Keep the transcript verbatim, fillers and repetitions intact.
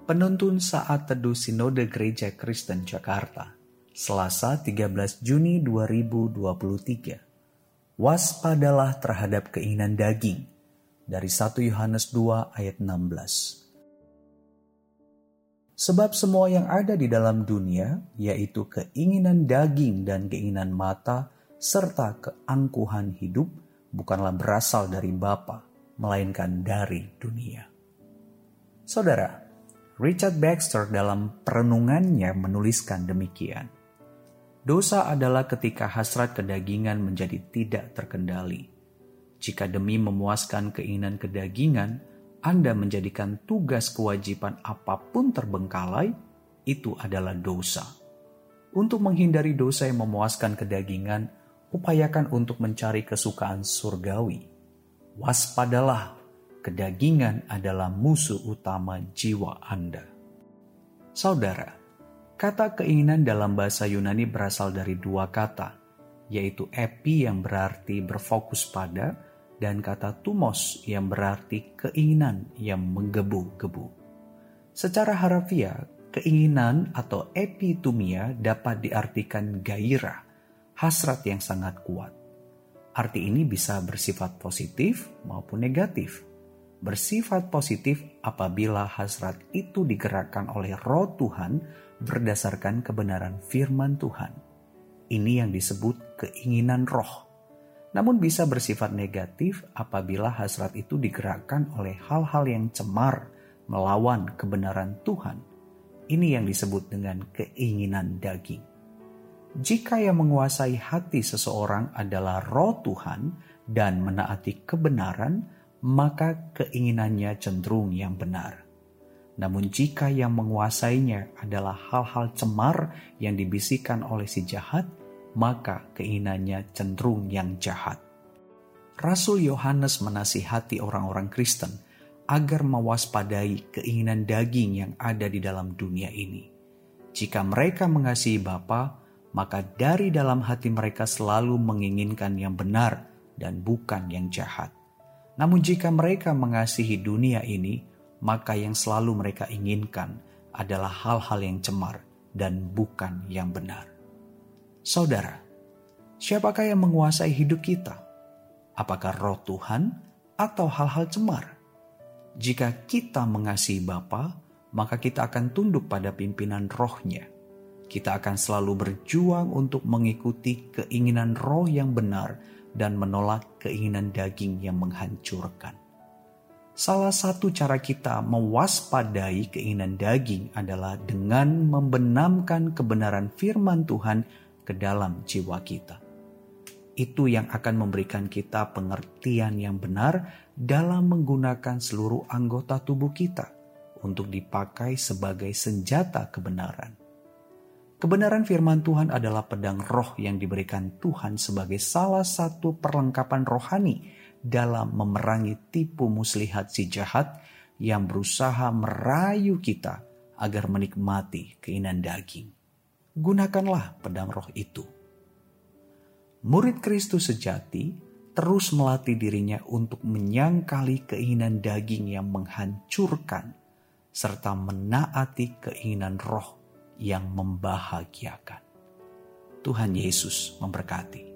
Penuntun Saat Teduh Sinode Gereja Kristen Jakarta, Selasa tiga belas Juni dua ribu dua puluh tiga. Waspadalah terhadap keinginan daging, dari satu Yohanes dua ayat enam belas. Sebab semua yang ada di dalam dunia, yaitu keinginan daging dan keinginan mata, serta keangkuhan hidup, bukanlah berasal dari Bapa, melainkan dari dunia. Saudara, Richard Baxter dalam perenungannya menuliskan demikian. Dosa adalah ketika hasrat kedagingan menjadi tidak terkendali. Jika demi memuaskan keinginan kedagingan, Anda menjadikan tugas kewajiban apapun terbengkalai, itu adalah dosa. Untuk menghindari dosa yang memuaskan kedagingan, upayakan untuk mencari kesukaan surgawi. Waspadalah, kedagingan adalah musuh utama jiwa Anda. Saudara, kata keinginan dalam bahasa Yunani berasal dari dua kata, yaitu epi yang berarti berfokus pada, dan kata tumos yang berarti keinginan yang menggebu-gebu. Secara harafiah, keinginan atau epitumia dapat diartikan gairah, hasrat yang sangat kuat. Arti ini bisa bersifat positif maupun negatif. Bersifat positif apabila hasrat itu digerakkan oleh Roh Tuhan berdasarkan kebenaran firman Tuhan. Ini yang disebut keinginan roh. Namun bisa bersifat negatif apabila hasrat itu digerakkan oleh hal-hal yang cemar melawan kebenaran Tuhan. Ini yang disebut dengan keinginan daging. Jika yang menguasai hati seseorang adalah Roh Tuhan dan menaati kebenaran, maka keinginannya cenderung yang benar. Namun jika yang menguasainya adalah hal-hal cemar yang dibisikkan oleh si jahat, maka keinginannya cenderung yang jahat. Rasul Yohanes menasihati orang-orang Kristen agar mewaspadai keinginan daging yang ada di dalam dunia ini. Jika mereka mengasihi Bapa, maka dari dalam hati mereka selalu menginginkan yang benar dan bukan yang jahat. Namun jika mereka mengasihi dunia ini, maka yang selalu mereka inginkan adalah hal-hal yang cemar dan bukan yang benar. Saudara, siapakah yang menguasai hidup kita? Apakah Roh Tuhan atau hal-hal cemar? Jika kita mengasihi Bapa, maka kita akan tunduk pada pimpinan Roh-Nya. Kita akan selalu berjuang untuk mengikuti keinginan Roh yang benar dan menolak keinginan daging yang menghancurkan. Salah satu cara kita mewaspadai keinginan daging adalah dengan membenamkan kebenaran firman Tuhan ke dalam jiwa kita. Itu yang akan memberikan kita pengertian yang benar dalam menggunakan seluruh anggota tubuh kita untuk dipakai sebagai senjata kebenaran. Kebenaran firman Tuhan adalah pedang roh yang diberikan Tuhan sebagai salah satu perlengkapan rohani dalam memerangi tipu muslihat si jahat yang berusaha merayu kita agar menikmati keinginan daging. Gunakanlah pedang roh itu. Murid Kristus sejati terus melatih dirinya untuk menyangkali keinginan daging yang menghancurkan serta menaati keinginan roh yang membahagiakan. Tuhan Yesus memberkati.